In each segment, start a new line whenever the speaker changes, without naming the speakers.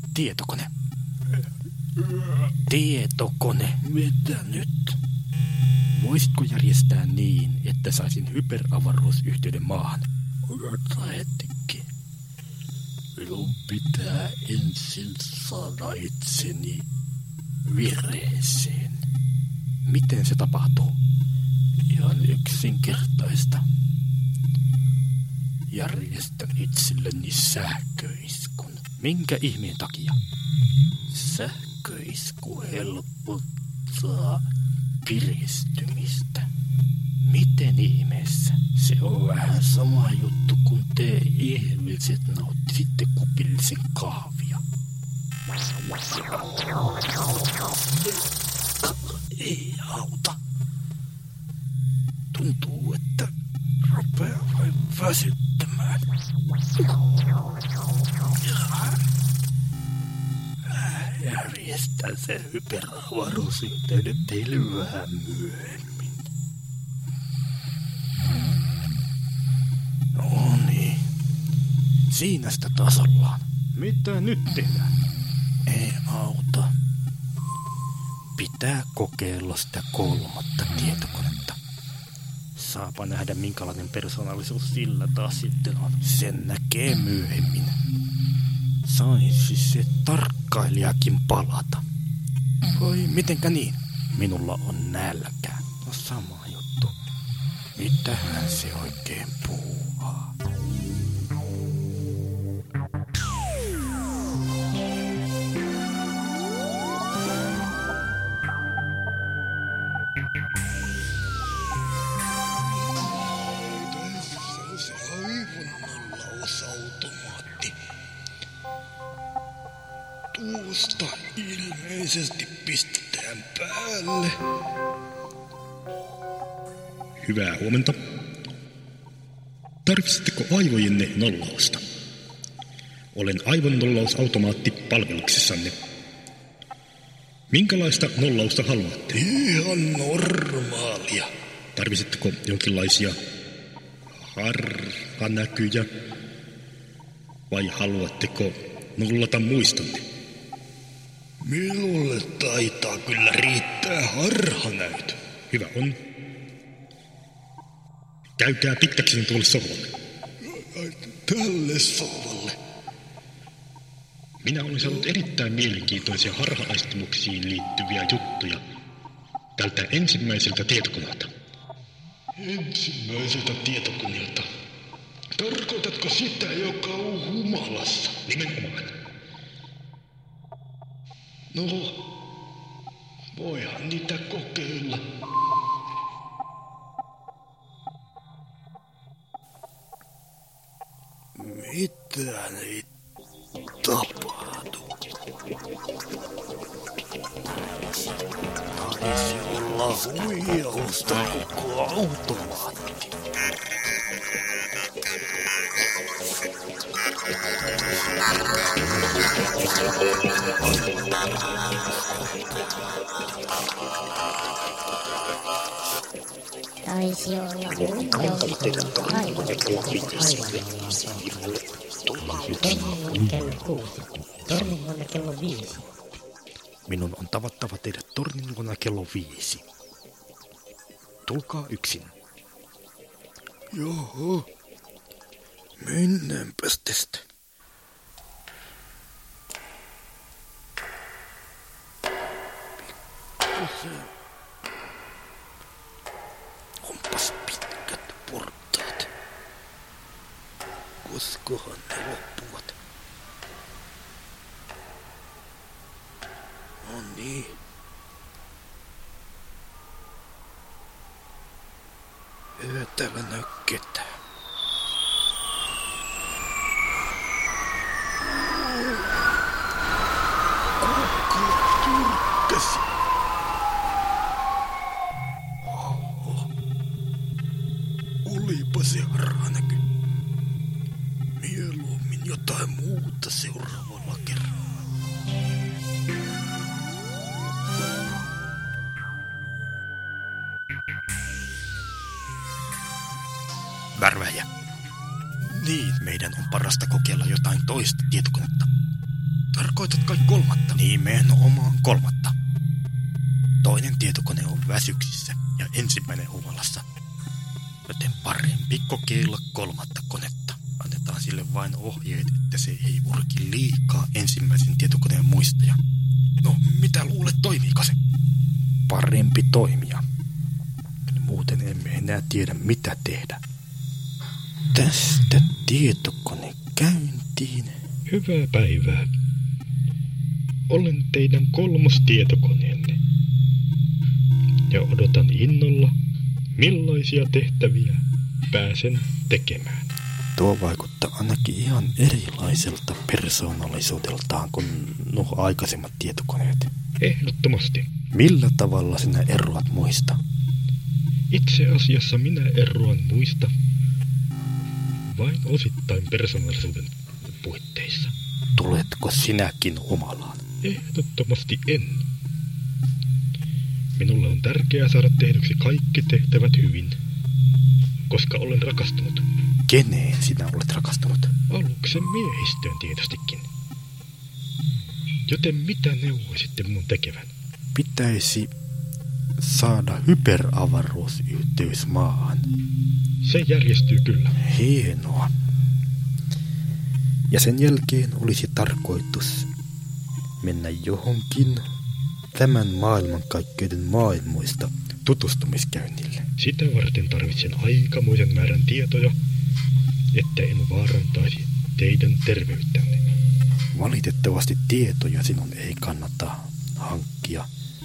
Tietokone. Tietokone.
Mitä nyt?
Voisitko järjestää niin, että saisin hyperavaruusyhteyden maahan?
Odota hetki. Minun pitää ensin saada itseni vireeseen.
Miten se tapahtuu?
Ihan yksinkertaista. Järjestän itselleni sähköiskun.
Minkä ihmeen takia?
Sähköisku helpottaa piristymistä.
Miten ihmeessä?
Se on vähän sama juttu kuin te ihmiset nauttisitte kupillisen kahvia. Ei auta. Tuntuu, että rupeaa vain väsyttämään. Järjestän sen hyperavaruusyhteyden teille vähän myöhemmin. No niin.
Siinä sitä taas ollaan. Mitä nyt tehdään?
Ei auta.
Pitää kokeilla sitä 3. tietokonetta. Saapa nähdä, minkälainen persoonallisuus sillä taas sitten on.
Sen näkee myöhemmin.
Saisi se tarkkailijakin palata.
Voi, mitenkä niin?
Minulla on nälkä.
No sama juttu. Mitähän se oikein puuhaa? Tässä on se aivan nollausautomaatti. Tuosta ilmeisesti pistetään päälle.
Hyvää huomenta. Tarvitsette aivojenne nollausta? Olen aivonnollausautomaatti palveluksessanne. Minkälaista nollausta haluatte?
Ihan normaalia.
Tarvitsetteko jonkinlaisia harhanäkyjä? Vai haluatteko nollata muistonne?
Minulle taitaa kyllä riittää harhanäytö.
Hyvä on. Käykää pitkäkseni tuolle sohvalle.
Tälle sohvalle.
Minä olen saanut erittäin mielenkiintoisia harha-aistimuksiin liittyviä juttuja tältä ensimmäiseltä tietokoneelta.
Ensimmäiseltä tietokoneelta. Tarkoitatko sitä, joka on humalassa?
Nimenomaan.
No, voihan niitä kokeilla. Mitään ei tapahdu. Taisi olla huijausta koko automaatti.
Taisi olla huijausta aivan kello 6. Torningonna kello 5.
Minun on tavattava teidät Torningonna kello 5. Tulkaa yksin.
Joo. Mennäänpäs tästä. Onpas pitkät portaat. Koskohan ne loppuvat? No niin. Ei täällä näy ketään. Olipa se harhanäky. Mieluummin jotain muuta seuraavalla kerralla.
Värväjä.
Niin,
Meidän on parasta kokeilla jotain toista tietokonetta. Tarkoitat kai kolmatta? Nimenomaan kolmatta. Toinen tietokone on väsyksissä ja ensimmäinen humalassa. Joten parempi kokeilla kolmatta konetta. Annetaan sille vain ohjeet, että se ei urki liikaa ensimmäisen tietokoneen muistoja. No, mitä luulet, toimiiko se? Parempi toimia. Muuten emme enää tiedä, mitä tehdä. Tästä tietokone käyntiin.
Hyvää päivää. Olen teidän 3. tietokoneenne. Ja odotan innolla, millaisia tehtäviä pääsen tekemään.
Tuo vaikuttaa ainakin ihan erilaiselta persoonallisuudeltaan kuin nuo aikaisemmat tietokoneet.
Ehdottomasti.
Millä tavalla sinä eroat muista?
Itse asiassa minä eroan muista vain osittain persoonallisuuden puitteissa.
Tuletko sinäkin humalaan?
Ehdottomasti en. Minulle on tärkeää saada tehdyksi kaikki tehtävät hyvin, koska olen rakastunut.
Keneen sinä olet rakastunut?
Aluksen miehistöön tietystikin. Joten mitä neuvoisitte minun tekevän?
Pitäisi saada hyperavaruusyhteys maahan.
Se järjestyy kyllä.
Hienoa. Ja sen jälkeen olisi tarkoitus mennä johonkin tämän maailmankaikkeuden maailmoista tutustumiskäynnille.
Sitä varten tarvitsen aikamoisen määrän tietoja, että en vaarantaisi teidän terveyttänne.
Valitettavasti tietoja sinun ei kannata hankkia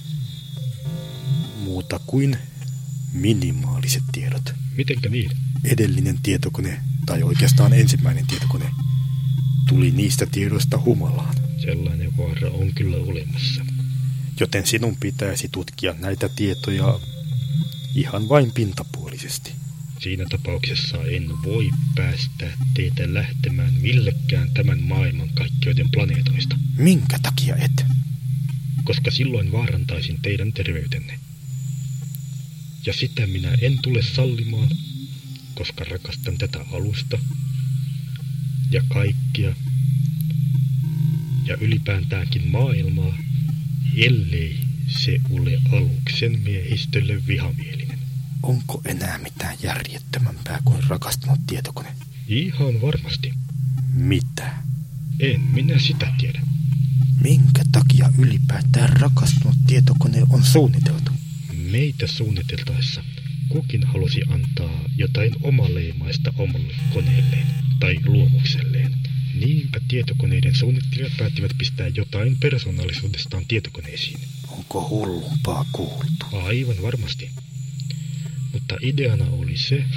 muuta kuin minimaaliset tiedot.
Mitenkä niin?
Edellinen tietokone, tai oikeastaan ensimmäinen tietokone, tuli niistä tiedoista humalaan.
Sellainen vaara on kyllä olemassa.
Joten sinun pitäisi tutkia näitä tietoja ihan vain pintapuolisesti.
Siinä tapauksessa en voi päästää teitä lähtemään millekään tämän maailmankaikkeuden planeetoista.
Minkä takia et?
Koska silloin vaarantaisin teidän terveytenne. Ja sitä minä en tule sallimaan, koska rakastan tätä alusta ja kaikkia ja ylipäätäänkin maailmaa, ellei se ole aluksen miehistölle vihamielinen.
Onko enää mitään järjettömämpää kuin rakastunut tietokone?
Ihan varmasti.
Mitä?
En minä sitä tiedä.
Minkä takia ylipäätään rakastunut tietokone on suunniteltu?
Meitä suunniteltaessa kukin halusi antaa jotain omaleimaista omalle koneelleen tai luomukselleen. Niinpä tietokoneiden suunnittelijat päättivät pistää jotain persoonallisuudestaan tietokoneisiin.
Onko hullumpaa kuultu?
Aivan varmasti. Mutta ideana oli se,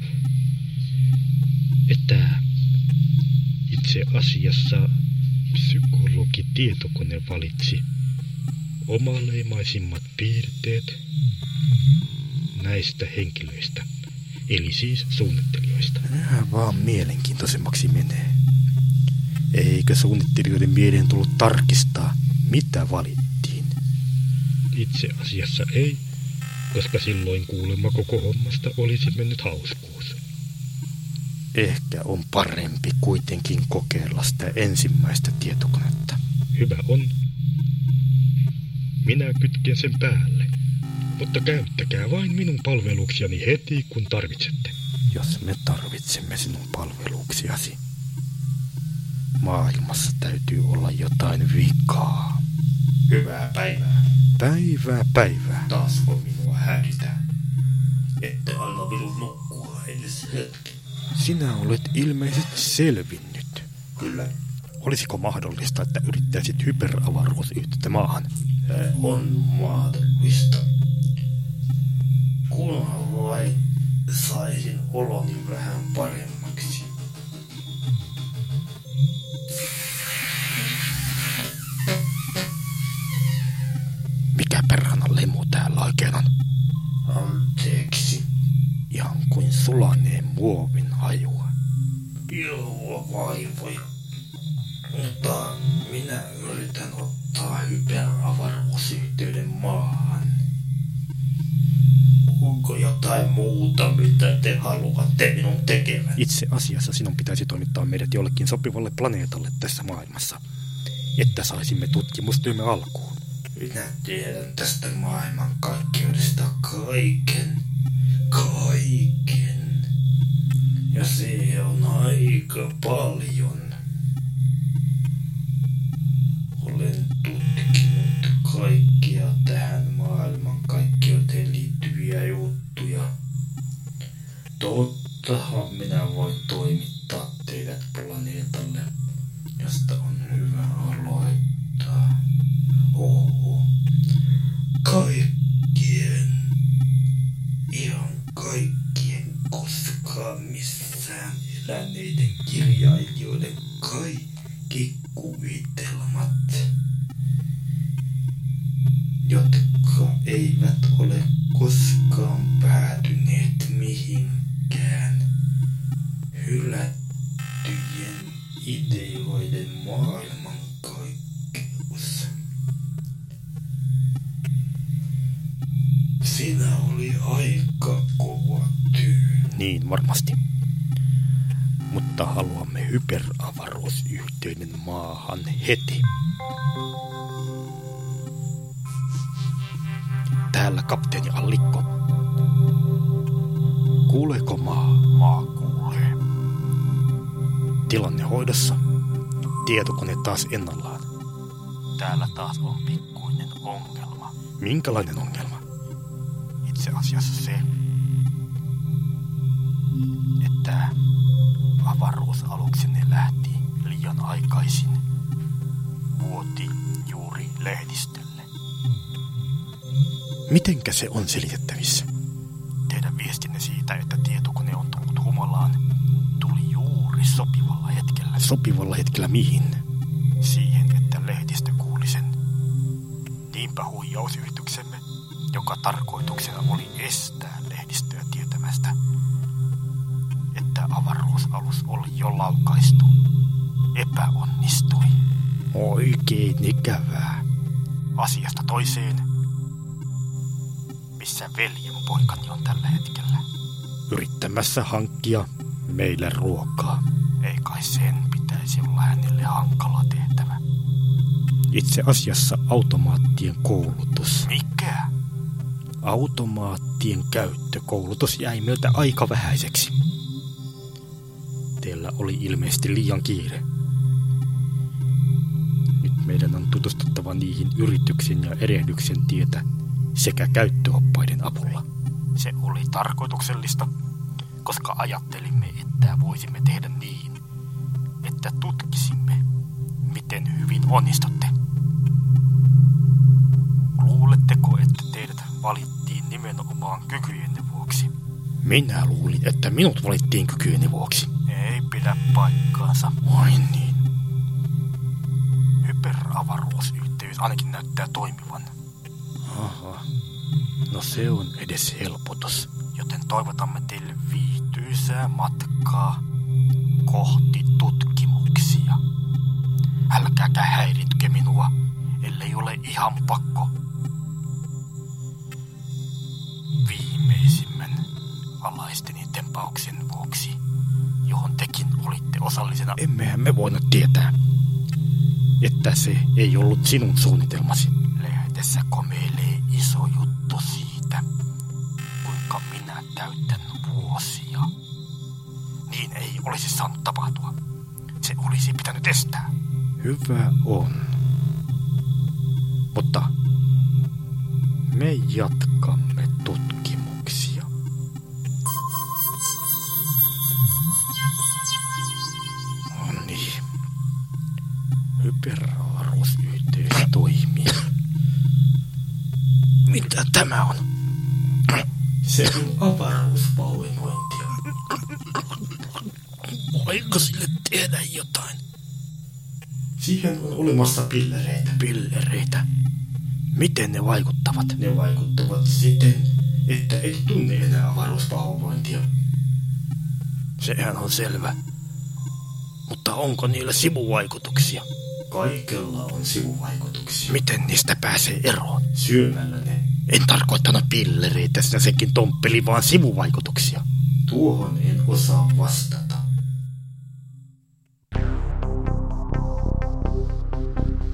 että itse asiassa psykologitietokone valitsi omaleimaisimmat piirteet näistä henkilöistä, eli siis suunnittelijoista.
Yhä vaan mielenkiintoisemmaksi menee. Eikö suunnittelijoiden mieleen tullut tarkistaa, mitä valittiin?
Itse asiassa ei, koska silloin kuulemma koko hommasta olisi mennyt hauskuus.
Ehkä on parempi kuitenkin kokeilla sitä ensimmäistä tietokonetta.
Hyvä on. Minä kytken sen päälle, mutta käyttäkää vain minun palveluksiani heti, kun tarvitsette.
Jos me tarvitsemme sinun palveluksiasi, maailmassa täytyy olla jotain vikaa.
Hyvää päivää.
Päivää.
Taas voi minua häiritä. Ette anna minun nukkua edes hetki.
Sinä olet ilmeisesti selvinnyt.
Kyllä.
Olisiko mahdollista, että yrittäisit hyperavaruusyhteyttä maahan?
On mahdollista. Kunhan vain saisin oloni vähän paremmaksi.
Mikä perhana lemu täällä oikein on?
Anteeksi.
Ihan kuin sulaneen muovin hajua.
Ilua vaivoja. Mutta minä yritän ottaa hyperavaruusyhteyden maahan. Onko jotain muuta, mitä te haluatte minun tekevän?
Itse asiassa sinun pitäisi toimittaa meidät jollekin sopivalle planeetalle tässä maailmassa. että saisimme tutkimustyömme alkuun.
Minä tiedän tästä maailmankaikkeudesta kaiken. Kaiken. Ja se on aika paljon. Olen tutkinut kaikkia tähän maailmankaikkeuteen liittyviä juttuja. Tottahan minä voin toimittaa teidät planeetalle, josta on hyvä aloittaa. Oho. Kaikkien, ihan kaikkien koskaan missään eläneiden kirjailijoiden kaikki kuvitelmat, jotka eivät ole koskaan päätyneet mihinkään. Hylättyjen ideoiden maailmankaikkeus. Siinä oli aika kova työ.
Niin varmasti. Mutta haluamme hyperavaruusyhteyden maahan heti. Täällä kapteeni Allikko. Kuuleeko maa?
Maa kuulee.
Tilanne hoidossa. Tietokone taas ennallaan.
Täällä taas on pikkuinen ongelma.
Minkälainen ongelma?
Itse asiassa se, että avaruusaluksenne lähti liian aikaisin. Vuoti juuri lehdistölle.
Mitenkä se on selitettävissä?
Teidän viestinne siitä, että tietokone on tullut humalaan, tuli juuri sopivalla hetkellä.
Sopivalla hetkellä mihin?
Siihen, että lehdistö kuuli sen. Niinpä huijausyrityksemme, joka tarkoituksena oli estää lehdistöä tietämästä, että avaruusalus oli jo laukaistu, epäonnistui.
Oikein ikävää.
Asiasta toiseen, missä veljenpoikani on tällä hetkellä.
Yrittämässä hankkia meille ruokaa.
Ei kai sen pitäisi olla hänelle hankala tehtävä.
Itse asiassa automaattien koulutus.
Mikä?
Automaattien käyttökoulutus jäi meiltä aika vähäiseksi. Teillä oli ilmeisesti liian kiire. Nyt meidän on tutustuttava niihin yrityksen ja erehdyksen tietä sekä käyttöoppaiden avulla.
Se oli tarkoituksellista, koska ajattelimme, että voisimme tehdä niin, että tutkisimme, miten hyvin onnistutte. Luuletteko, että teidät valittiin nimenomaan kykyjenne vuoksi?
Minä luulin, että minut valittiin kykyjeni vuoksi.
Ei pidä paikkaansa.
Vai niin?
Hyperavaruusyhteys ainakin näyttää toimivan.
Aha. No se on edes helpotus.
Joten toivotamme teille viihtyisää matkaa kohti tutkimuksia. Älkääkä häiritkö minua, ellei ole ihan pakko. Viimeisimmän alaisteni tempauksen vuoksi, johon tekin olitte osallisena.
Emmehän me voinut tietää, että se ei ollut sinun suunnitelmasi.
Lehdessä komeilee iso juttu siitä, kuinka minä täytän vuosia. Niin ei olisi saanut tapahtua. Se olisi pitänyt estää.
Hyvä on. Mutta me jatkamme tutkimuksia. No niin. Hyperavaruusyhteys toimii. Mitä tämä on?
Se on avaruuspauinointia.
Voiko sille tehdä jotain?
Siihen on olemassa pillereitä.
Pillereitä. Miten ne vaikuttavat?
Ne vaikuttavat siten, että et tunne enää avaruuspauinointia.
Sehän on selvä. Mutta onko niillä sivuvaikutuksia?
Kaikella on sivuvaikutuksia.
Miten niistä pääsee eroon?
Syömällä ne.
En tarkoittanut pillereitä, sinä senkin tomppeli, vaan sivuvaikutuksia.
Tuohon en osaa vastata.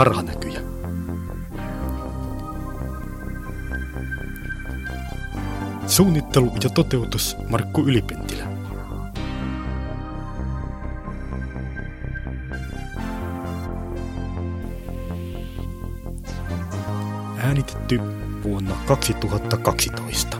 harhanäkyjä. Suunnittelu ja toteutus Markku Ylipentilä. Äänitetty vuonna 2012.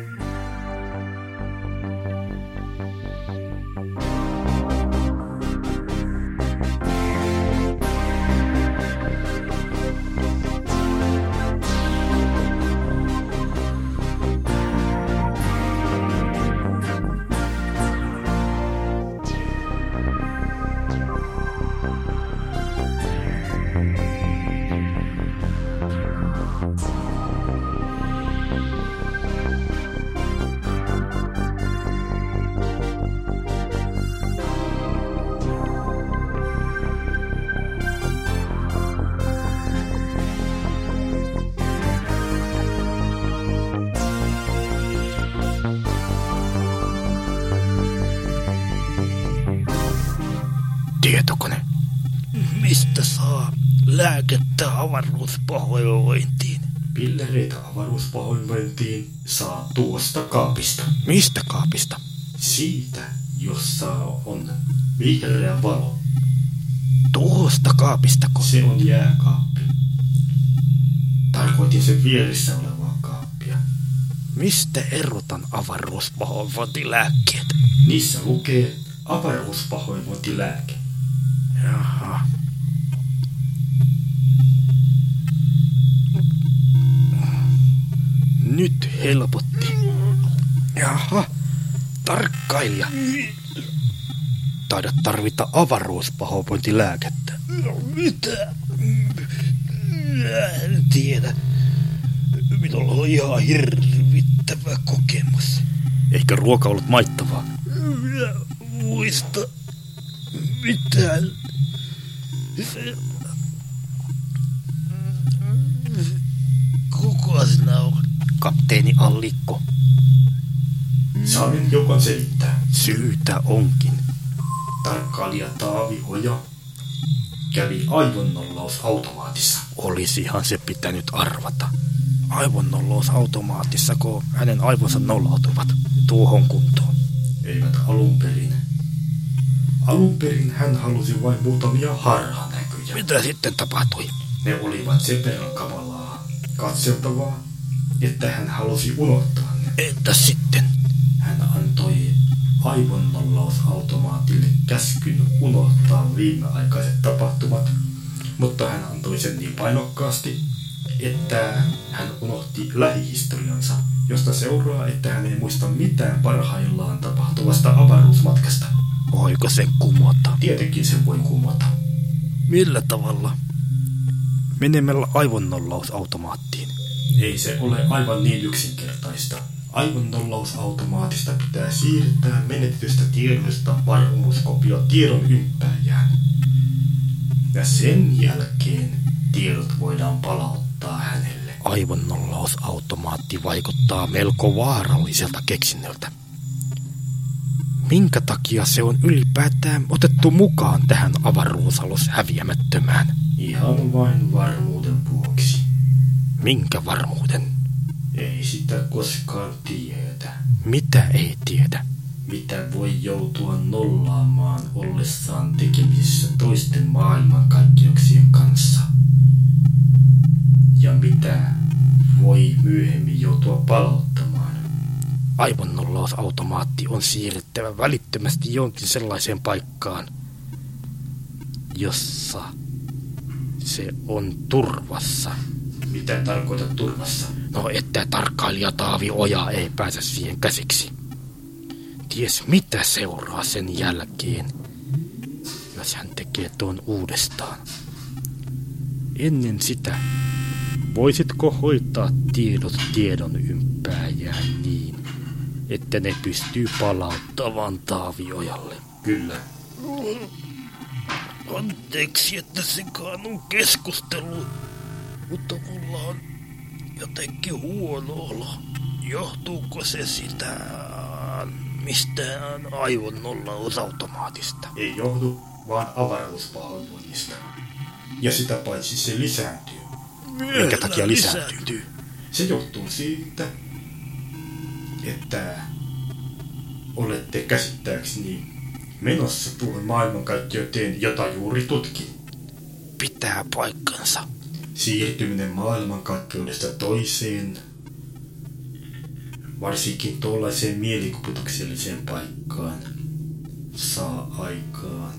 Tietokone. Mistä saa lääkettä avaruuspahoinvointiin?
Pillereitä avaruuspahoinvointiin saa tuosta kaapista.
Mistä kaapista?
Siitä, jossa on vihreä valo.
Tuosta kaapistako?
Se on jääkaappi. Tarkoitin sen vieressä olevaa kaappia.
Mistä erotan avaruuspahoinvointilääkkeet?
Niissä lukee avaruuspahoinvointilääke.
Jaha. Nyt helpotti. Jaha. Tarkkailija. Taidat tarvita avaruuspahoinvointilääkettä. Mitä? En tiedä. Minulla on ihan hirvittävä kokemus.
Eikö ruoka ollut maittavaa?
Muista mitään. Kuka sinä olet? Kapteeni Allikko.
Saanen jokan selittää.
Syytä onkin.
Tarkkailija Taavi Oja kävi aivonnollausautomaatissa.
Olisihan se pitänyt arvata. Aivonnollausautomaatissa, kun hänen aivonsa nollautuivat tuohon kuntoon.
Eivät alun perin. Alun perin hän halusi vain muutamia harhanäkyjä.
Mitä sitten tapahtui?
Ne olivat sen verran kamalaa katseltavaa, että hän halusi unohtaa ne.
Entäs sitten?
Hän antoi aivonnollausautomaatille käskyn unohtaa viimeaikaiset tapahtumat, mutta hän antoi sen niin painokkaasti, että hän unohti lähihistoriansa, josta seuraa, että hän ei muista mitään parhaillaan tapahtuvasta avaruusmatkasta.
Voiko sen kumota?
Tietenkin sen voi kumota.
Millä tavalla?
Menemällä aivonnollausautomaattiin.
Ei se ole aivan niin yksinkertaista. Aivonnollausautomaatista pitää siirtää menetetystä tiedosta varmuuskopio tiedon ympääjään. Ja sen jälkeen tiedot voidaan palauttaa hänelle.
Aivonnollausautomaatti vaikuttaa melko vaaralliselta keksinnöltä. Minkä takia se on ylipäätään otettu mukaan tähän avaruusalus häviämättömään?
Ihan vain varmuuden vuoksi.
Minkä varmuuden?
Ei sitä koskaan tiedä.
Mitä ei tiedä?
Mitä voi joutua nollaamaan ollessaan tekemisissä toisten maailmankaikkeuksien kanssa? Ja mitä voi myöhemmin joutua palauttamaan?
Aivonnollausautomaatti on siirrettävä välittömästi jonkin sellaiseen paikkaan, jossa se on turvassa.
Mitä tarkoitat turvassa?
No, että tarkkailija Taavi Oja ei pääse siihen käsiksi. Ties mitä seuraa sen jälkeen, jos hän tekee tuon uudestaan. Ennen sitä, voisitko hoitaa tiedot tiedon ympääjään niin, että ne pystyy palauttamaan Taavi Ojalle?
Kyllä.
Anteeksi, että sekaannun keskusteluun, mutta mulla on jotenkin huono olo. Johtuuko se sitä mistään aivonnollausautomaatista?
Ei johdu, vaan avaruuspahoinvoinnista. Ja sitä paitsi se lisääntyy.
Minkä takia lisääntyy?
Se johtuu siitä, että olette käsittääkseni menossa tuohon maailmankaikkeuteen, jota juuri tutkin.
Pitää paikkansa.
Siirtyminen maailmankaikkeudesta toiseen, varsinkin tuollaiseen mielikuvitukselliseen paikkaan, saa aikaan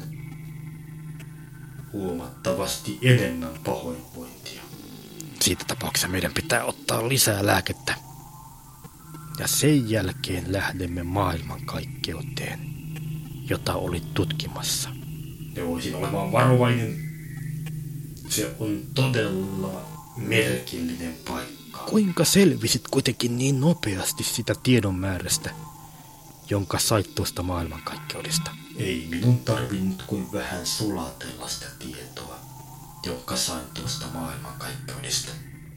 huomattavasti enemmän pahoinvointia.
Siitä tapauksessa meidän pitää ottaa lisää lääkettä. Ja sen jälkeen lähdemme maailmankaikkeuteen, jota olit tutkimassa.
Ja voisin olemaan varovainen. Se on todella merkillinen paikka.
Kuinka selvisit kuitenkin niin nopeasti sitä tiedon määrästä, jonka sait tuosta maailmankaikkeudesta?
Ei minun tarvinnut kuin vähän sulatella sitä tietoa, jonka sain tuosta maailmankaikkeudesta.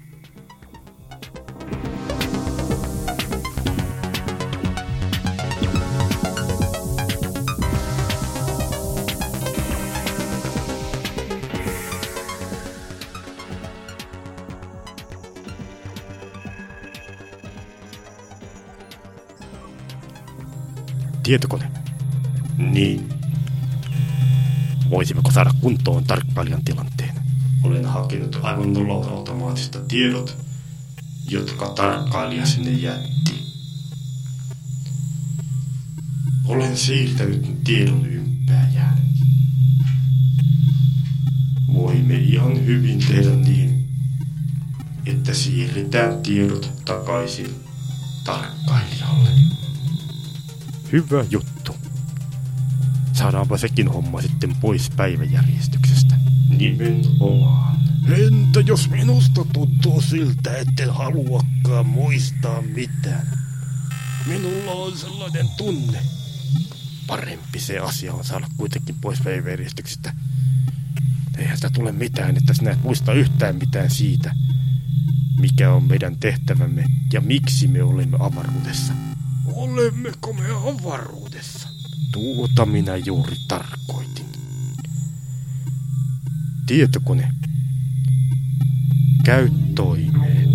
Tietokone.
Niin,
Voisimmeko saada kuntoon tarkkailijan tilanteen?
olen hakenut aivan nolla-automaattista tiedot, jotka tarkkailija sinne jätti. Olen siirtänyt tiedon ympääjään. Voimme ihan hyvin tehdä niin, että siirretään tiedot takaisin tarkkailijalle.
Hyvä juttu. Saadaanpa sekin homma sitten pois päiväjärjestyksestä.
Nimenomaan.
Entä jos minusta tuntuu siltä, etten haluakaan muistaa mitään? Minulla on sellainen tunne. Parempi se asia on saada kuitenkin pois päiväjärjestyksestä. Eihän sitä tule mitään, että sinä et muista yhtään mitään siitä, mikä on meidän tehtävämme ja miksi me olemme avaruudessa. Olemmeko me avaruudessa? Tuota minä juuri tarkoitin. Tietokone. Käy toimeen.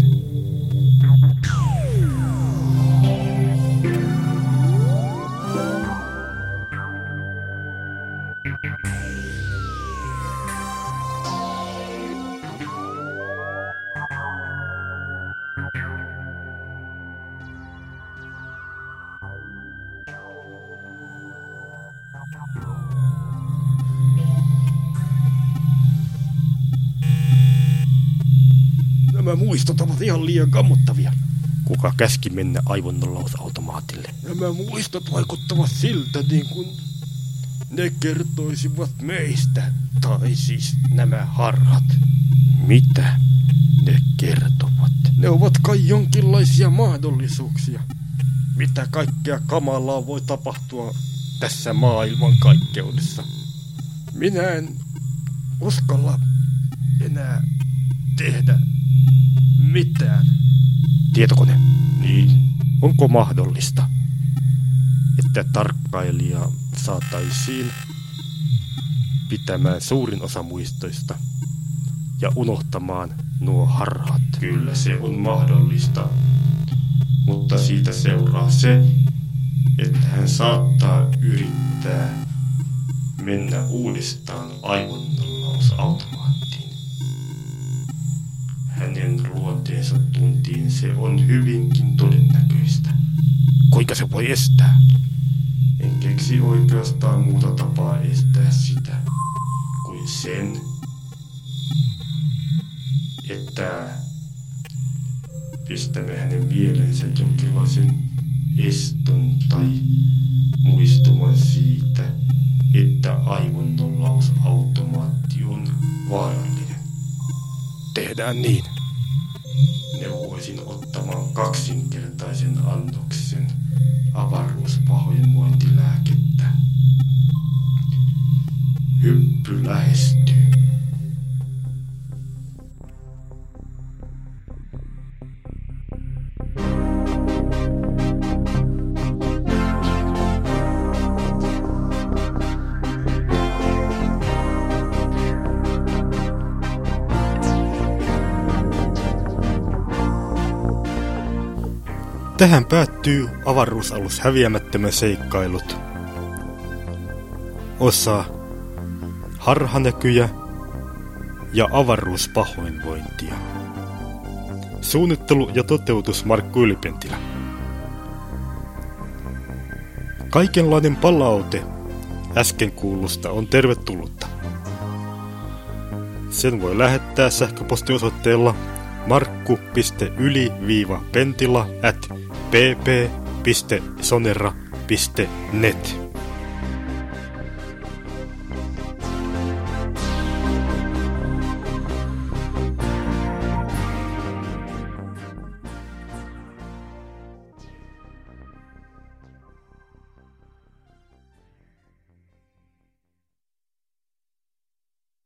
Nämä muistot ovat ihan liian kammottavia. Kuka käski mennä aivonnollausautomaatille? Nämä muistot vaikuttavat siltä, niin kuin ne kertoisivat meistä. Tai siis nämä harhat. Mitä ne kertovat? Ne ovat kai jonkinlaisia mahdollisuuksia. Mitä kaikkea kamalaa voi tapahtua tässä maailmankaikkeudessa? Minä en uskalla enää tehdä mitään. Tietokone.
Niin,
Onko mahdollista, että tarkkailija saataisiin pitämään suurin osa muistoista ja unohtamaan nuo harhat?
kyllä se on mahdollista. Mutta siitä seuraa se, että hän saattaa yrittää mennä uudestaan aivonnollausautomaattiin. Hänen luonteensa tuntien se on hyvinkin todennäköistä.
Kuinka se voi estää?
En keksi oikeastaan muuta tapaa estää sitä kuin sen, että pistämme hänen mieleensä jonkinlaisen eston tai muistuman siitä, että aivonnollausautomaatti on vaarallinen.
Tehdään niin.
Neuvoisin ottamaan kaksinkertaisen annoksen avaruuspahoinvointilääkettä. Hyppy lähestyy.
Tähän päättyy avaruusalus häviämättömän seikkailut. Osa harhanäkyjä ja avaruuspahoinvointia. Suunnittelu ja toteutus Markku Ylipentilä. Kaikenlainen palaute äsken kuulusta on tervetullutta. Sen voi lähettää sähköpostiosoitteella markku.yli-pentila@pp.sonera.net.